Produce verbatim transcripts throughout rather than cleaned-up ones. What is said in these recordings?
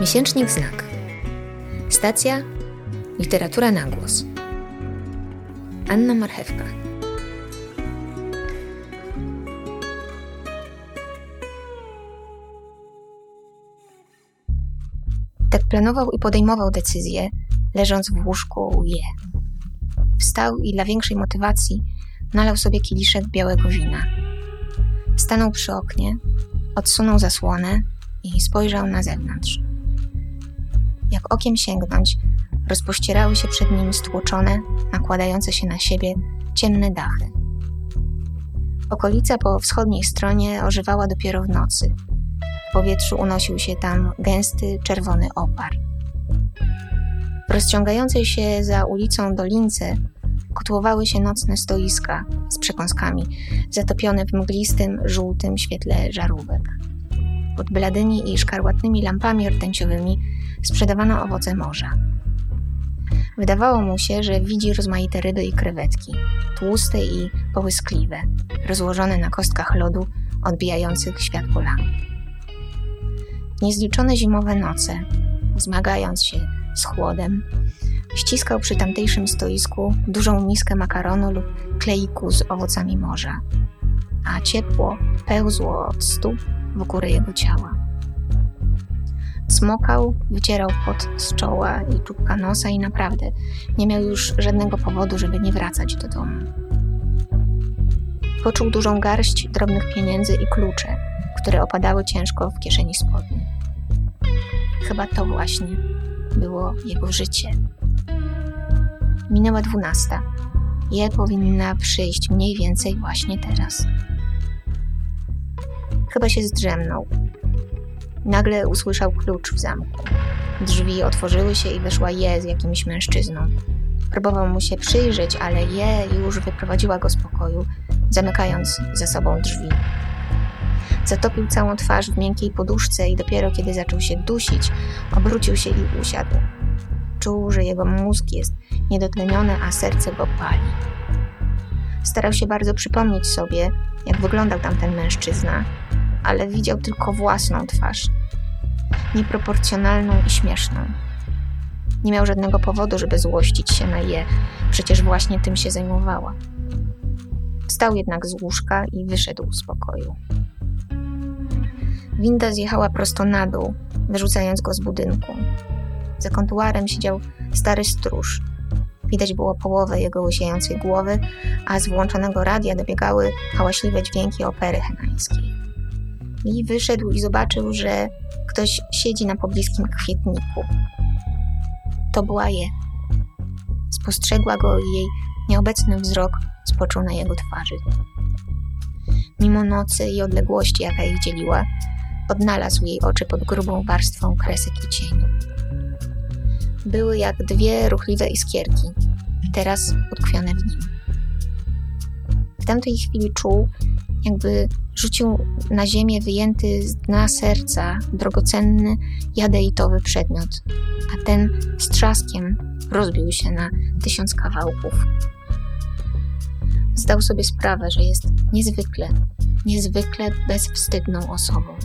Miesięcznik Znak. Stacja Literatura na głos. Anna Marchewka. Tak planował i podejmował decyzje, leżąc w łóżku je. Wstał i dla większej motywacji nalał sobie kieliszek białego wina. Stanął przy oknie, odsunął zasłonę i spojrzał na zewnątrz. Jak okiem sięgnąć, rozpościerały się przed nim stłoczone, nakładające się na siebie ciemne dachy. Okolica po wschodniej stronie ożywała dopiero w nocy. W powietrzu unosił się tam gęsty, czerwony opar. W rozciągającej się za ulicą dolince kotłowały się nocne stoiska z przekąskami, zatopione w mglistym, żółtym świetle żarówek. Pod bladymi i szkarłatnymi lampami rtęciowymi sprzedawano owoce morza. Wydawało mu się, że widzi rozmaite ryby i krewetki, tłuste i połyskliwe, rozłożone na kostkach lodu odbijających światło lamp. Niezliczone zimowe noce, wzmagając się z chłodem, ściskał przy tamtejszym stoisku dużą miskę makaronu lub kleiku z owocami morza, a ciepło pełzło od stóp w górę jego ciała. Cmokał, wycierał pot z czoła i czubka nosa i naprawdę nie miał już żadnego powodu, żeby nie wracać do domu. Poczuł dużą garść drobnych pieniędzy i klucze, które opadały ciężko w kieszeni spodni. Chyba to właśnie było jego życie. Minęła dwunasta. Je powinna przyjść mniej więcej właśnie teraz. Chyba się zdrzemnął. Nagle usłyszał klucz w zamku. Drzwi otworzyły się i weszła Je z jakimś mężczyzną. Próbował mu się przyjrzeć, ale Je już wyprowadziła go z pokoju, zamykając za sobą drzwi. Zatopił całą twarz w miękkiej poduszce i dopiero kiedy zaczął się dusić, obrócił się i usiadł. Czuł, że jego mózg jest niedotleniony, a serce go pali. Starał się bardzo przypomnieć sobie, jak wyglądał tamten mężczyzna, ale widział tylko własną twarz. Nieproporcjonalną i śmieszną. Nie miał żadnego powodu, żeby złościć się na Je. Przecież właśnie tym się zajmowała. Wstał jednak z łóżka i wyszedł z pokoju. Winda zjechała prosto na dół, wyrzucając go z budynku. Za kontuarem siedział stary stróż. Widać było połowę jego łysiejącej głowy, a z włączonego radia dobiegały hałaśliwe dźwięki opery henańskiej. I wyszedł i zobaczył, że ktoś siedzi na pobliskim kwietniku. To była Je. Spostrzegła go i jej nieobecny wzrok spoczął na jego twarzy. Mimo nocy i odległości, jaka ich dzieliła, odnalazł jej oczy pod grubą warstwą kresek i cieni. Były jak dwie ruchliwe iskierki, teraz utkwione w nim. W tamtej chwili czuł, jakby rzucił na ziemię wyjęty z dna serca drogocenny, jadeitowy przedmiot, a ten z trzaskiem rozbił się na tysiąc kawałków. Zdał sobie sprawę, że jest niezwykle, niezwykle bezwstydną osobą.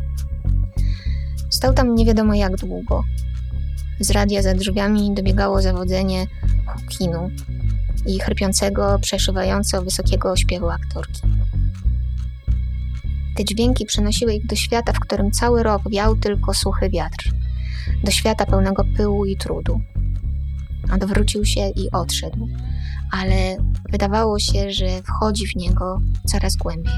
Stał tam nie wiadomo jak długo. Z radia za drzwiami dobiegało zawodzenie hukinu i chrypiącego, przeszywająco wysokiego śpiewu aktorki. Te dźwięki przenosiły ich do świata, w którym cały rok wiał tylko suchy wiatr. Do świata pełnego pyłu i trudu. Odwrócił się i odszedł, ale wydawało się, że wchodzi w niego coraz głębiej.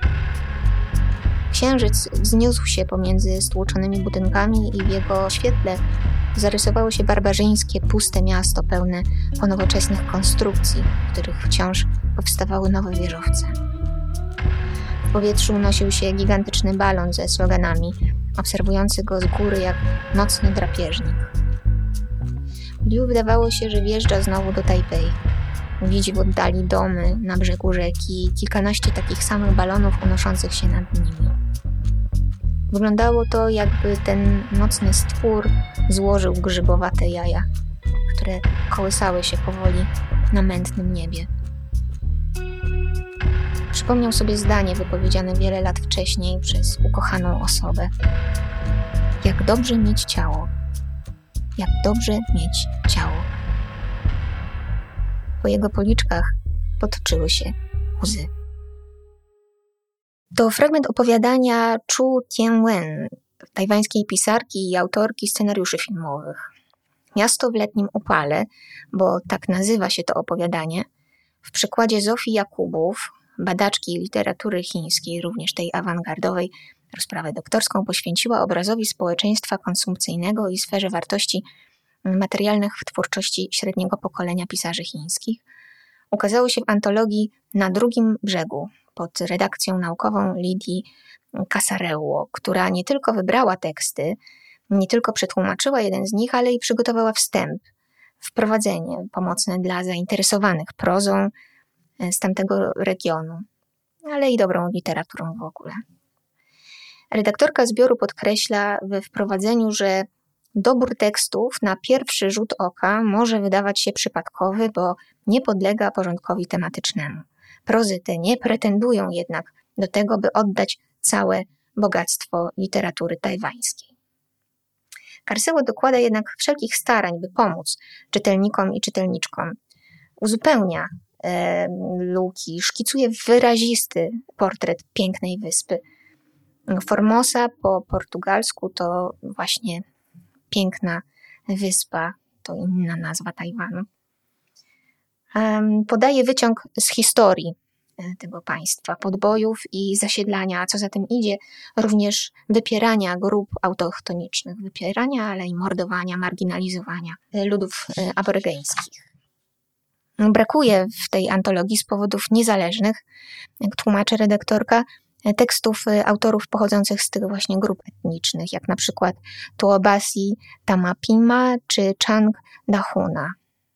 Księżyc wzniósł się pomiędzy stłuczonymi budynkami i w jego świetle zarysowało się barbarzyńskie, puste miasto pełne ponowoczesnych konstrukcji, w których wciąż powstawały nowe wieżowce. W powietrzu unosił się gigantyczny balon ze sloganami, obserwujący go z góry jak nocny drapieżnik. Liu wydawało się, że wjeżdża znowu do Tajpej. Widzi w oddali domy na brzegu rzeki i kilkanaście takich samych balonów unoszących się nad nimi. Wyglądało to, jakby ten nocny stwór złożył grzybowate jaja, które kołysały się powoli na mętnym niebie. Przypomniał sobie zdanie wypowiedziane wiele lat wcześniej przez ukochaną osobę. Jak Jak dobrze mieć ciało. Jak dobrze mieć ciało. Po jego policzkach potoczyły się łzy. To fragment opowiadania Chu Tien-wen, tajwańskiej pisarki i autorki scenariuszy filmowych. Miasto w letnim upale, bo tak nazywa się to opowiadanie, w przekładzie Zofii Jakubów, badaczki literatury chińskiej, również tej awangardowej, rozprawę doktorską poświęciła obrazowi społeczeństwa konsumpcyjnego i sferze wartości materialnych w twórczości średniego pokolenia pisarzy chińskich. Ukazało się w antologii Na drugim brzegu pod redakcją naukową Lidii Casarello, która nie tylko wybrała teksty, nie tylko przetłumaczyła jeden z nich, ale i przygotowała wstęp, wprowadzenie pomocne dla zainteresowanych prozą z tamtego regionu, ale i dobrą literaturą w ogóle. Redaktorka zbioru podkreśla we wprowadzeniu, że dobór tekstów na pierwszy rzut oka może wydawać się przypadkowy, bo nie podlega porządkowi tematycznemu. Prozy te nie pretendują jednak do tego, by oddać całe bogactwo literatury tajwańskiej. Carceło dokłada jednak wszelkich starań, by pomóc czytelnikom i czytelniczkom. Uzupełnia e, luki, szkicuje wyrazisty portret pięknej wyspy. Formosa po portugalsku to właśnie piękna wyspa, to inna nazwa Tajwanu. Podaje wyciąg z historii tego państwa, podbojów i zasiedlania, a co za tym idzie, również wypierania grup autochtonicznych, wypierania, ale i mordowania, marginalizowania ludów aborygeńskich. Brakuje w tej antologii z powodów niezależnych, jak tłumaczy redaktorka, tekstów autorów pochodzących z tych właśnie grup etnicznych, jak na przykład Tuobasi Tamapima czy Chang Dahuna.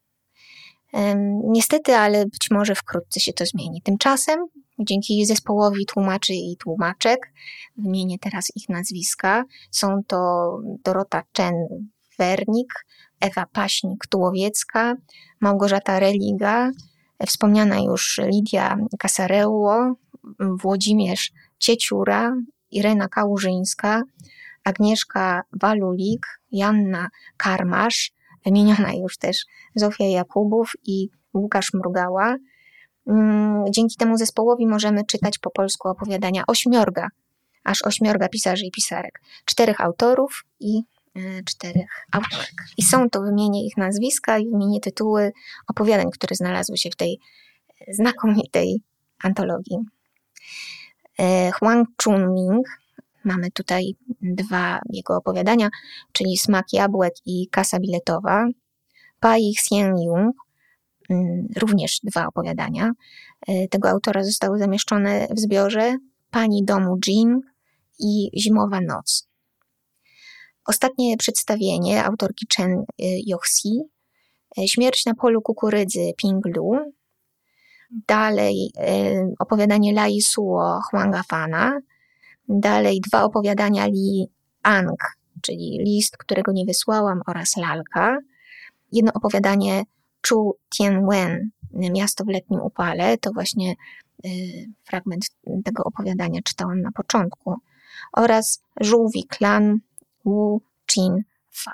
Niestety, ale być może wkrótce się to zmieni. Tymczasem, dzięki zespołowi tłumaczy i tłumaczek, wymienię teraz ich nazwiska, są to Dorota Chen-Wernik, Ewa Paśnik-Tułowiecka, Małgorzata Religa, wspomniana już Lidia Casarello, Włodzimierz Cieciura, Irena Kałużyńska, Agnieszka Walulik, Janna Karmasz, wymieniona już też Zofia Jakubów i Łukasz Mrugała. Dzięki temu zespołowi możemy czytać po polsku opowiadania ośmiorga, aż ośmiorga pisarzy i pisarek, czterech autorów i y, czterech autorek. I są to, wymienię ich nazwiska i wymienię tytuły opowiadań, które znalazły się w tej znakomitej antologii. Huang Chunming, mamy tutaj dwa jego opowiadania, czyli Smak jabłek i Kasa biletowa. Pai Xian-Yung, również dwa opowiadania. Tego autora zostały zamieszczone w zbiorze Pani domu Jin i Zimowa noc. Ostatnie przedstawienie autorki Chen Yoxi, Śmierć na polu kukurydzy Ping Lu. Dalej opowiadanie Lai Suo Huanga Fana. Dalej dwa opowiadania Li Ang, czyli List, którego nie wysłałam, oraz Lalka. Jedno opowiadanie Chu Tien-wen, Miasto w letnim upale. To właśnie y, fragment tego opowiadania czytałam na początku. Oraz Żółwi klan Wu Chin Fa.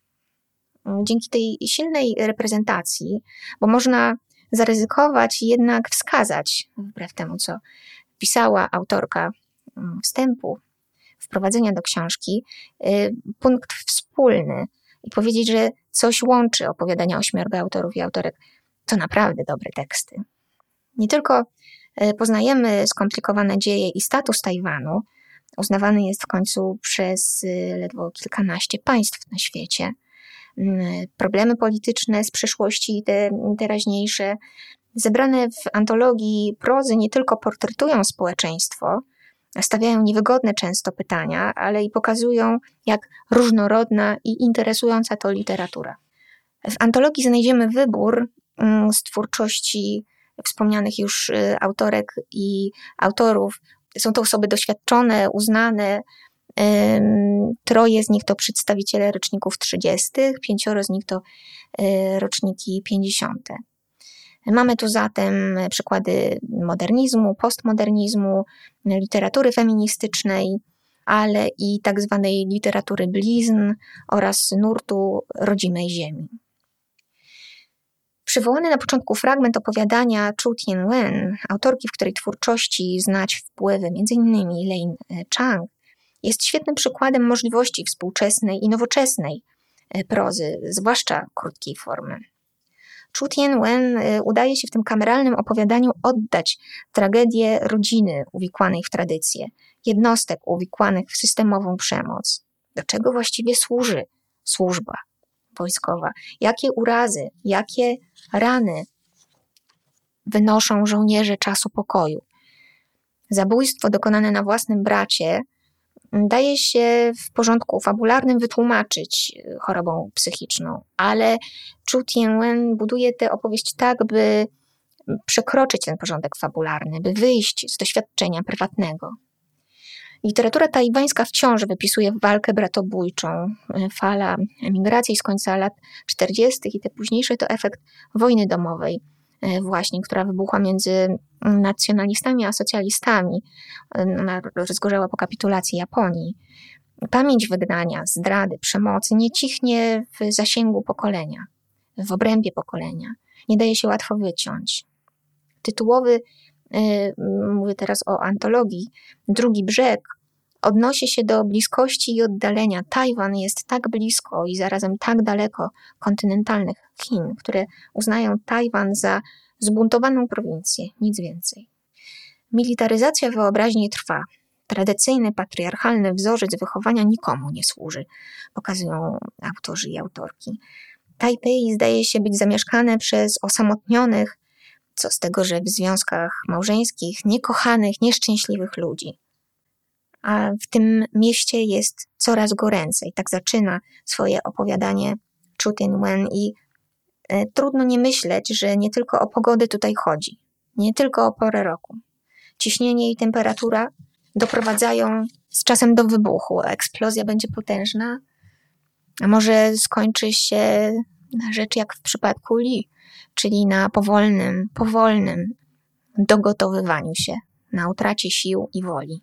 Dzięki tej silnej reprezentacji, bo można zaryzykować i jednak wskazać, wbrew temu co pisała autorka wstępu, wprowadzenia do książki, punkt wspólny i powiedzieć, że coś łączy opowiadania ośmiorga autorów i autorek. To naprawdę dobre teksty. Nie tylko poznajemy skomplikowane dzieje i status Tajwanu, uznawany jest w końcu przez ledwo kilkanaście państw na świecie, problemy polityczne z przeszłości i te teraźniejsze, zebrane w antologii prozy nie tylko portretują społeczeństwo, stawiają niewygodne często pytania, ale i pokazują, jak różnorodna i interesująca to literatura. W antologii znajdziemy wybór z twórczości wspomnianych już autorek i autorów. Są to osoby doświadczone, uznane. Troje z nich to przedstawiciele roczników trzydziestych, pięcioro z nich to roczniki pięćdziesiąte. Mamy tu zatem przykłady modernizmu, postmodernizmu, literatury feministycznej, ale i tak zwanej literatury blizn oraz nurtu rodzimej ziemi. Przywołany na początku fragment opowiadania Chu Tien-wen, autorki, w której twórczości znać wpływy m.in. Elaine Chang, jest świetnym przykładem możliwości współczesnej i nowoczesnej prozy, zwłaszcza krótkiej formy. Chu Tien-wen udaje się w tym kameralnym opowiadaniu oddać tragedię rodziny uwikłanej w tradycję, jednostek uwikłanych w systemową przemoc. Do czego właściwie służy służba wojskowa? Jakie urazy, jakie rany wynoszą żołnierze czasu pokoju? Zabójstwo dokonane na własnym bracie daje się w porządku fabularnym wytłumaczyć chorobą psychiczną, ale Chu Tien-wen buduje tę opowieść tak, by przekroczyć ten porządek fabularny, by wyjść z doświadczenia prywatnego. Literatura tajwańska wciąż wypisuje walkę bratobójczą. Fala emigracji z końca lat czterdziestych i te późniejsze to efekt wojny domowej, właśnie, która wybuchła między nacjonalistami a socjalistami. Ona rozgorzała po kapitulacji Japonii. Pamięć wygnania, zdrady, przemocy nie cichnie w zasięgu pokolenia, w obrębie pokolenia. Nie daje się łatwo wyciąć. Tytułowy, yy, mówię teraz o antologii, Drugi brzeg, odnosi się do bliskości i oddalenia. Tajwan jest tak blisko i zarazem tak daleko kontynentalnych Chin, które uznają Tajwan za zbuntowaną prowincję, nic więcej. Militaryzacja wyobraźni trwa. Tradycyjny, patriarchalny wzorzec wychowania nikomu nie służy, pokazują autorzy i autorki. Tajpej zdaje się być zamieszkane przez osamotnionych, co z tego, że w związkach małżeńskich, niekochanych, nieszczęśliwych ludzi. A w tym mieście jest coraz goręcej. Tak zaczyna swoje opowiadanie Chu Tien-wen i e, trudno nie myśleć, że nie tylko o pogodę tutaj chodzi, nie tylko o porę roku. Ciśnienie i temperatura doprowadzają z czasem do wybuchu. Eksplozja będzie potężna, a może skończy się na rzecz jak w przypadku Li, czyli na powolnym, powolnym dogotowywaniu się, na utracie sił i woli.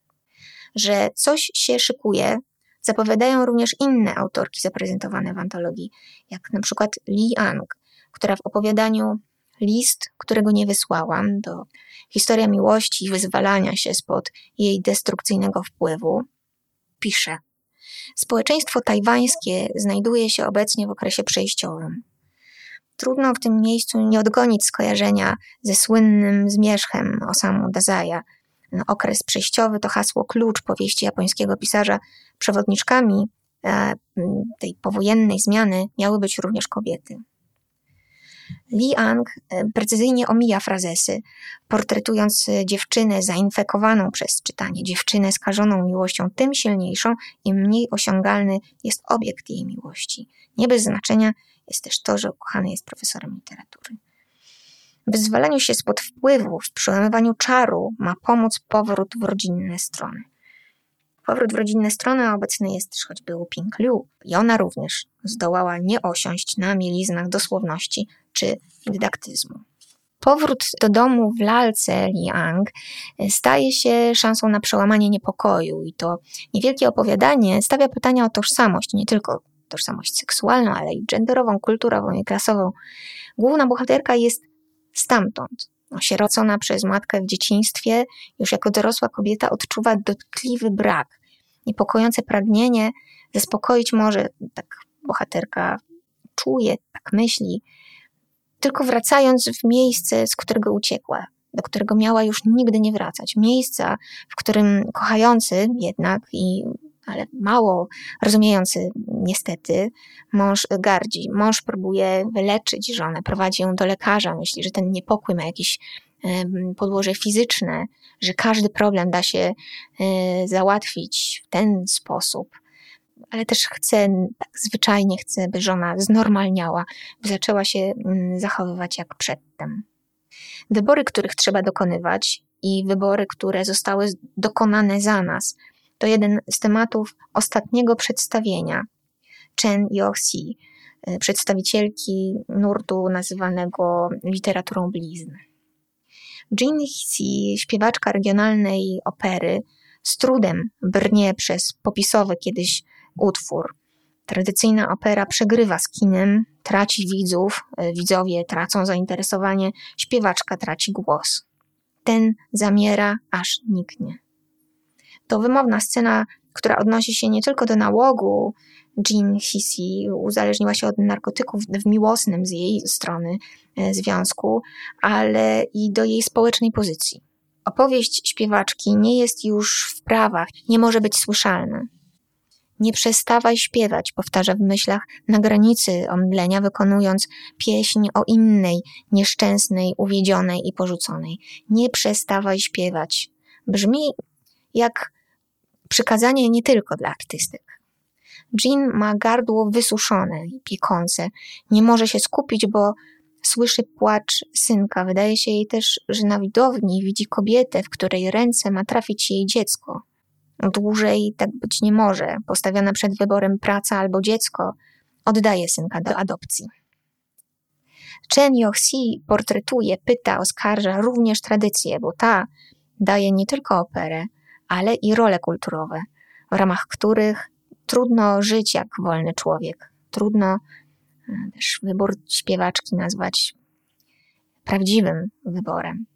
Że coś się szykuje, zapowiadają również inne autorki zaprezentowane w antologii, jak na przykład Li Ang, która w opowiadaniu List, którego nie wysłałam, to historia miłości i wyzwalania się spod jej destrukcyjnego wpływu, pisze: społeczeństwo tajwańskie znajduje się obecnie w okresie przejściowym. Trudno w tym miejscu nie odgonić skojarzenia ze słynnym zmierzchem Osamu Dazaja. No, okres przejściowy to hasło klucz powieści japońskiego pisarza. Przewodniczkami e, tej powojennej zmiany miały być również kobiety. Li Ang precyzyjnie omija frazesy, portretując dziewczynę zainfekowaną przez czytanie, dziewczynę skażoną miłością tym silniejszą, im mniej osiągalny jest obiekt jej miłości. Nie bez znaczenia jest też to, że ukochany jest profesorem literatury. W wyzwalaniu się spod wpływów, w przełamywaniu czaru ma pomóc powrót w rodzinne strony. Powrót w rodzinne strony obecny jest też choćby u Ping Liu i ona również zdołała nie osiąść na mieliznach dosłowności czy dydaktyzmu. Powrót do domu w lalce Li Ang staje się szansą na przełamanie niepokoju i to niewielkie opowiadanie stawia pytania o tożsamość, nie tylko tożsamość seksualną, ale i genderową, kulturową i klasową. Główna bohaterka jest stamtąd. Osierocona przez matkę w dzieciństwie, już jako dorosła kobieta odczuwa dotkliwy brak. Niepokojące pragnienie zaspokoić może, tak bohaterka czuje, tak myśli, tylko wracając w miejsce, z którego uciekła, do którego miała już nigdy nie wracać. Miejsca, w którym kochający jednak i ale mało rozumiejący niestety mąż gardzi. Mąż próbuje wyleczyć żonę, prowadzi ją do lekarza, myśli, że ten niepokój ma jakieś podłoże fizyczne, że każdy problem da się załatwić w ten sposób. Ale też chce, tak zwyczajnie chce, by żona znormalniała, by zaczęła się zachowywać jak przedtem. Wybory, których trzeba dokonywać i wybory, które zostały dokonane za nas, to jeden z tematów ostatniego przedstawienia Chen Yoxi, przedstawicielki nurtu nazywanego literaturą blizn. Jin Hsi, śpiewaczka regionalnej opery, z trudem brnie przez popisowy kiedyś utwór. Tradycyjna opera przegrywa z kinem, traci widzów, widzowie tracą zainteresowanie, śpiewaczka traci głos. Ten zamiera, aż niknie. To wymowna scena, która odnosi się nie tylko do nałogu Jean Hissey, uzależniła się od narkotyków w miłosnym z jej strony związku, ale i do jej społecznej pozycji. Opowieść śpiewaczki nie jest już w prawach, nie może być słyszalna. Nie przestawaj śpiewać, powtarza w myślach na granicy omdlenia, wykonując pieśń o innej, nieszczęsnej, uwiedzionej i porzuconej. Nie przestawaj śpiewać. Brzmi jak przykazanie nie tylko dla artystek. Jean ma gardło wysuszone i piekące. Nie może się skupić, bo słyszy płacz synka. Wydaje się jej też, że na widowni widzi kobietę, w której ręce ma trafić jej dziecko. Dłużej tak być nie może. Postawiona przed wyborem praca albo dziecko, oddaje synka do adopcji. Chen Yoxi portretuje, pyta, oskarża również tradycję, bo ta daje nie tylko operę, ale i role kulturowe, w ramach których trudno żyć jak wolny człowiek. Trudno też wybór śpiewaczki nazwać prawdziwym wyborem.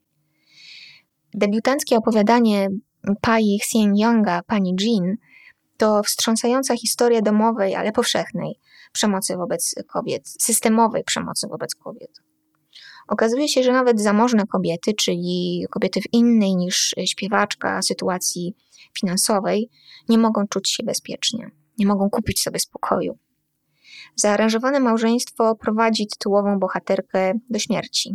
Debiutanckie opowiadanie Pai Xian-yonga, pani Jean, to wstrząsająca historia domowej, ale powszechnej przemocy wobec kobiet, systemowej przemocy wobec kobiet. Okazuje się, że nawet zamożne kobiety, czyli kobiety w innej niż śpiewaczka sytuacji finansowej, nie mogą czuć się bezpiecznie, nie mogą kupić sobie spokoju. Zaaranżowane małżeństwo prowadzi tytułową bohaterkę do śmierci.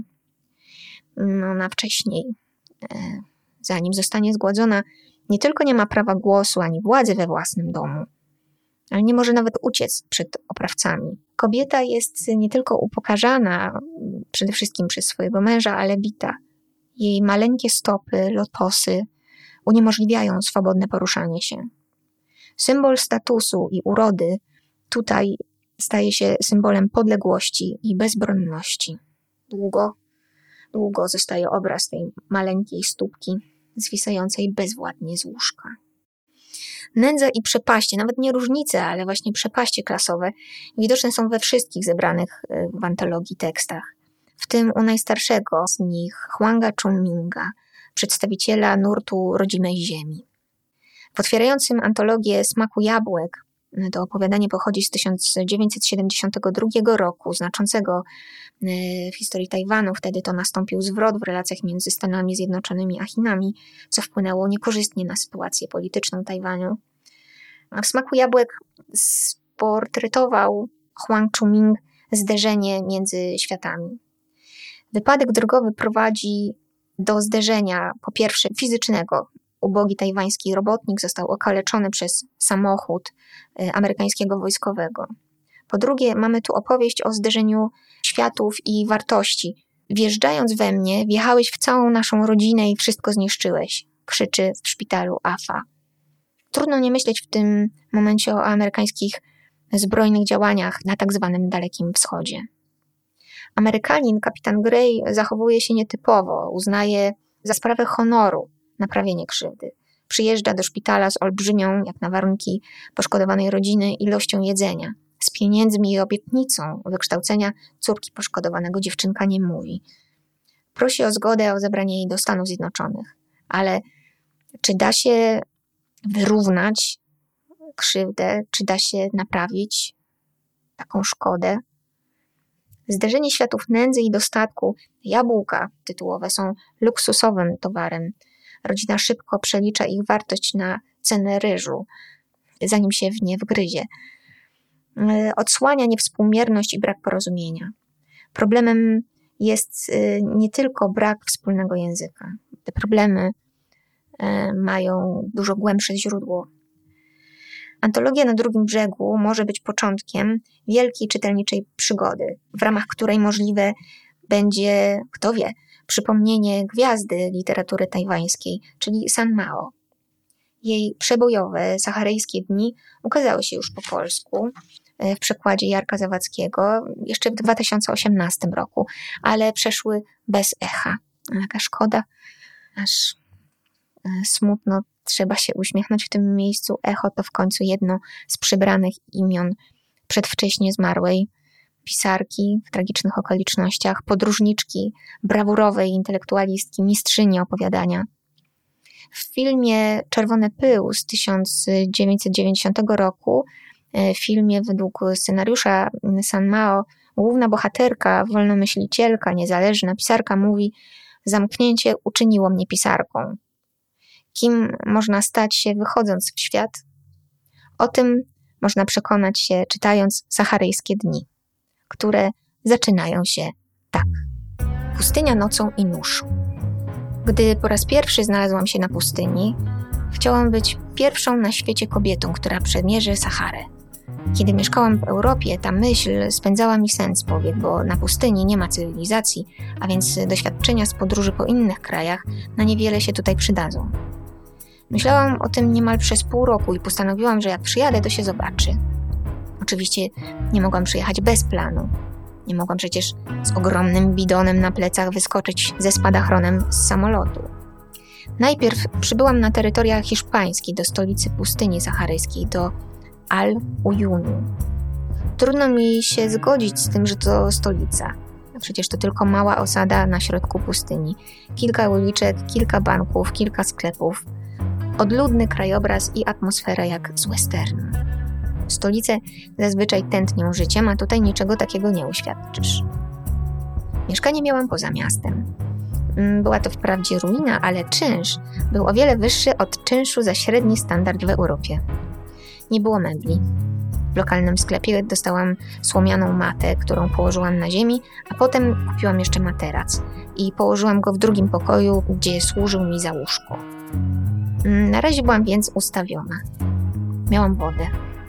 No, ona wcześniej, e, zanim zostanie zgładzona, nie tylko nie ma prawa głosu ani władzy we własnym domu, ale nie może nawet uciec przed oprawcami. Kobieta jest nie tylko upokarzana przede wszystkim przez swojego męża, ale bita. Jej maleńkie stopy, lotosy uniemożliwiają swobodne poruszanie się. Symbol statusu i urody tutaj staje się symbolem podległości i bezbronności. Długo, długo zostaje obraz tej maleńkiej stópki zwisającej bezwładnie z łóżka. Nędza i przepaście, nawet nie różnice, ale właśnie przepaście klasowe widoczne są we wszystkich zebranych w antologii tekstach. W tym u najstarszego z nich, Huanga Chunminga, przedstawiciela nurtu rodzimej ziemi. W otwierającym antologię Smaku jabłek, to opowiadanie pochodzi z tysiąc dziewięćset siedemdziesiątego drugiego roku, znaczącego w historii Tajwanu. Wtedy to nastąpił zwrot w relacjach między Stanami Zjednoczonymi a Chinami, co wpłynęło niekorzystnie na sytuację polityczną Tajwanu. W Smaku jabłek sportretował Huang Chunming zderzenie między światami. Wypadek drogowy prowadzi do zderzenia, po pierwsze, fizycznego. Ubogi tajwański robotnik został okaleczony przez samochód amerykańskiego wojskowego. Po drugie, mamy tu opowieść o zderzeniu światów i wartości. Wjeżdżając we mnie, wjechałeś w całą naszą rodzinę i wszystko zniszczyłeś, krzyczy w szpitalu Afa. Trudno nie myśleć w tym momencie o amerykańskich zbrojnych działaniach na tak zwanym Dalekim Wschodzie. Amerykanin, kapitan Gray, zachowuje się nietypowo, uznaje za sprawę honoru naprawienie krzywdy. Przyjeżdża do szpitala z olbrzymią, jak na warunki poszkodowanej rodziny, ilością jedzenia. Z pieniędzmi i obietnicą wykształcenia córki poszkodowanego dziewczynka nie mówi. Prosi o zgodę o zabranie jej do Stanów Zjednoczonych. Ale czy da się wyrównać krzywdę? Czy da się naprawić taką szkodę? Zderzenie światów nędzy i dostatku, jabłka tytułowe są luksusowym towarem. Rodzina szybko przelicza ich wartość na cenę ryżu, zanim się w nie wgryzie. Odsłania niewspółmierność i brak porozumienia. Problemem jest nie tylko brak wspólnego języka. Te problemy mają dużo głębsze źródło. Antologia Na drugim brzegu może być początkiem wielkiej czytelniczej przygody, w ramach której możliwe będzie, kto wie, przypomnienie gwiazdy literatury tajwańskiej, czyli San Mao. Jej przebojowe saharyjskie dni ukazały się już po polsku w przekładzie Jarka Zawadzkiego jeszcze w dwa tysiące osiemnastym roku, ale przeszły bez echa. Jaka szkoda, aż smutno trzeba się uśmiechnąć w tym miejscu. Echo to w końcu jedno z przybranych imion przedwcześnie zmarłej pisarki w tragicznych okolicznościach, podróżniczki, brawurowej intelektualistki, mistrzyni opowiadania. W filmie Czerwony pył z tysiąc dziewięćset dziewięćdziesiątego roku, filmie według scenariusza San Mao, główna bohaterka, wolnomyślicielka, niezależna pisarka mówi: zamknięcie uczyniło mnie pisarką. Kim można stać się wychodząc w świat? O tym można przekonać się czytając Saharyjskie dni, które zaczynają się tak. Pustynia nocą i nóż. Gdy po raz pierwszy znalazłam się na pustyni, chciałam być pierwszą na świecie kobietą, która przemierzy Saharę. Kiedy mieszkałam w Europie, ta myśl spędzała mi sen z powiek, bo na pustyni nie ma cywilizacji, a więc doświadczenia z podróży po innych krajach na niewiele się tutaj przydadzą. Myślałam o tym niemal przez pół roku i postanowiłam, że jak przyjadę, to się zobaczy. Oczywiście nie mogłam przyjechać bez planu. Nie mogłam przecież z ogromnym bidonem na plecach wyskoczyć ze spadochronem z samolotu. Najpierw przybyłam na terytoria hiszpańskie, do stolicy pustyni saharyjskiej, do Al-Uyunu. Trudno mi się zgodzić z tym, że to stolica. Przecież to tylko mała osada na środku pustyni. Kilka uliczek, kilka banków, kilka sklepów. Odludny krajobraz i atmosfera jak z westernu. Stolice zazwyczaj tętnią życiem, a tutaj niczego takiego nie uświadczysz. Mieszkanie miałam poza miastem. Była to wprawdzie ruina, ale czynsz był o wiele wyższy od czynszu za średni standard w Europie. Nie było mebli. W lokalnym sklepie dostałam słomianą matę, którą położyłam na ziemi, a potem kupiłam jeszcze materac i położyłam go w drugim pokoju, gdzie służył mi za łóżko. Na razie byłam więc ustawiona. Miałam wodę.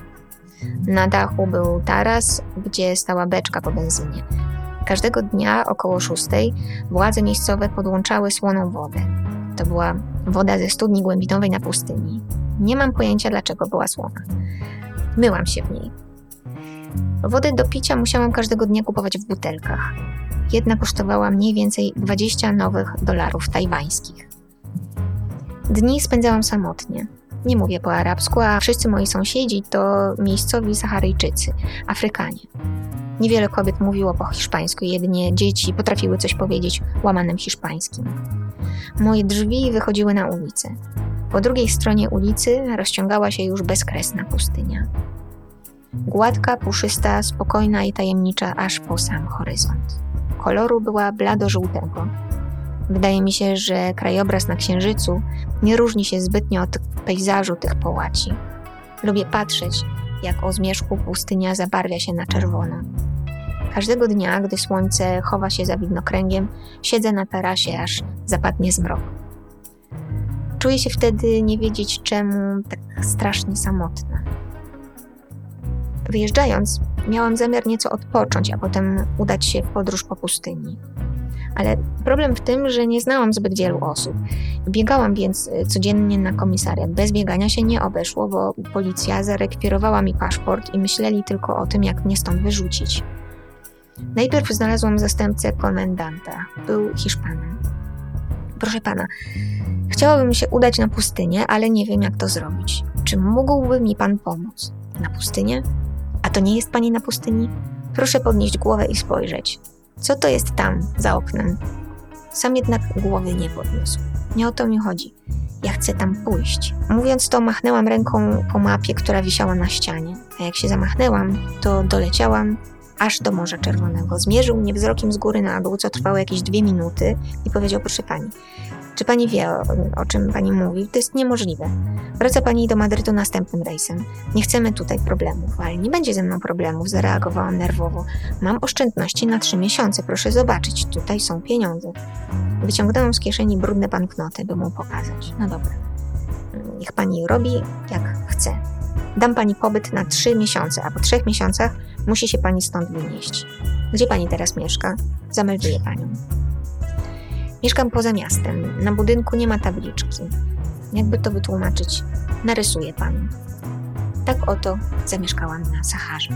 Na dachu był taras, gdzie stała beczka po benzynie. Każdego dnia około szóstej władze miejscowe podłączały słoną wodę. To była woda ze studni głębinowej na pustyni. Nie mam pojęcia, dlaczego była słona. Myłam się w niej. Wodę do picia musiałam każdego dnia kupować w butelkach. Jedna kosztowała mniej więcej dwadzieścia nowych dolarów tajwańskich. Dni spędzałam samotnie. Nie mówię po arabsku, a wszyscy moi sąsiedzi to miejscowi Saharyjczycy, Afrykanie. Niewiele kobiet mówiło po hiszpańsku, jedynie dzieci potrafiły coś powiedzieć łamanym hiszpańskim. Moje drzwi wychodziły na ulicę. Po drugiej stronie ulicy rozciągała się już bezkresna pustynia. Gładka, puszysta, spokojna i tajemnicza aż po sam horyzont. Koloru była blado-żółtego. Wydaje mi się, że krajobraz na Księżycu nie różni się zbytnio od pejzażu tych połaci. Lubię patrzeć, jak o zmierzchu pustynia zabarwia się na czerwono. Każdego dnia, gdy słońce chowa się za widnokręgiem, siedzę na tarasie, aż zapadnie zmrok. Czuję się wtedy nie wiedzieć czemu tak strasznie samotna. Wyjeżdżając, miałam zamiar nieco odpocząć, a potem udać się w podróż po pustyni. Ale problem w tym, że nie znałam zbyt wielu osób. Biegałam więc codziennie na komisariat. Bez biegania się nie obeszło, bo policja zarekwirowała mi paszport i myśleli tylko o tym, jak mnie stąd wyrzucić. Najpierw znalazłam zastępcę komendanta. Był Hiszpanem. Proszę pana, chciałabym się udać na pustynię, ale nie wiem, jak to zrobić. Czy mógłby mi pan pomóc? Na pustynię? A to nie jest pani na pustyni? Proszę podnieść głowę i spojrzeć. Co to jest tam, za oknem? Sam jednak głowy nie podniósł. Nie o to mi chodzi. Ja chcę tam pójść. Mówiąc to, machnęłam ręką po mapie, która wisiała na ścianie. A jak się zamachnęłam, to doleciałam aż do Morza Czerwonego. Zmierzył mnie wzrokiem z góry na dół, co trwało jakieś dwie minuty i powiedział: proszę pani, czy pani wie, o, o czym pani mówi? To jest niemożliwe. Wraca pani do Madrytu następnym rejsem. Nie chcemy tutaj problemów. Ale nie będzie ze mną problemów, zareagowałam nerwowo. Mam oszczędności na trzy miesiące, proszę zobaczyć, tutaj są pieniądze. Wyciągnęłam z kieszeni brudne banknoty, by mu pokazać. No dobra, niech pani robi jak chce. Dam pani pobyt na trzy miesiące, a po trzech miesiącach musi się pani stąd wynieść. Gdzie pani teraz mieszka? Zamelduję panią. Mieszkam poza miastem. Na budynku nie ma tabliczki. Jakby to wytłumaczyć, narysuję panu. Tak oto zamieszkałam na Saharze.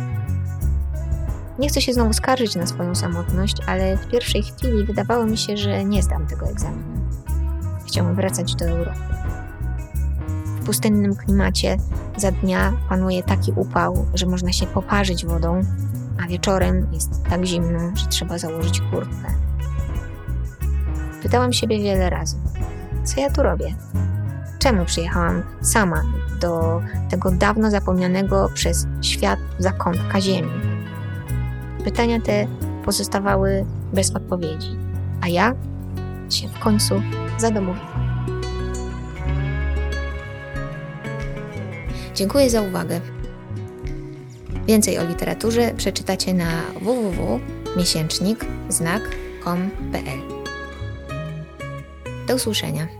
Nie chcę się znowu skarżyć na swoją samotność, ale w pierwszej chwili wydawało mi się, że nie zdam tego egzaminu. Chciałam wracać do Europy. pustynnym klimacie za dnia panuje taki upał, że można się poparzyć wodą, a wieczorem jest tak zimno, że trzeba założyć kurtkę. Pytałam siebie wiele razy, co ja tu robię? Czemu przyjechałam sama do tego dawno zapomnianego przez świat zakątka ziemi? Pytania te pozostawały bez odpowiedzi, a ja się w końcu zadomowiłam. Dziękuję za uwagę. Więcej o literaturze przeczytacie na w w w kropka miesięcznik znak kropka com kropka p l. Do usłyszenia.